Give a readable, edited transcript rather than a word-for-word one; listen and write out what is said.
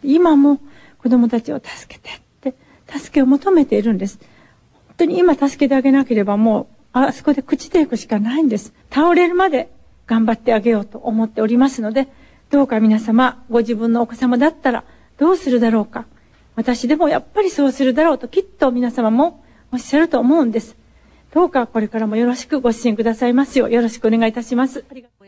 今も子供たちを助けてって助けを求めているんです。本当に今助けてあげなければもうあそこで朽ちていくしかないんです。倒れるまで頑張ってあげようと思っておりますので、どうか皆様ご自分のお子様だったらどうするだろうか、私でもやっぱりそうするだろうときっと皆様もおっしゃると思うんです。どうかこれからもよろしくご支援くださいますようよろしくお願いいたします。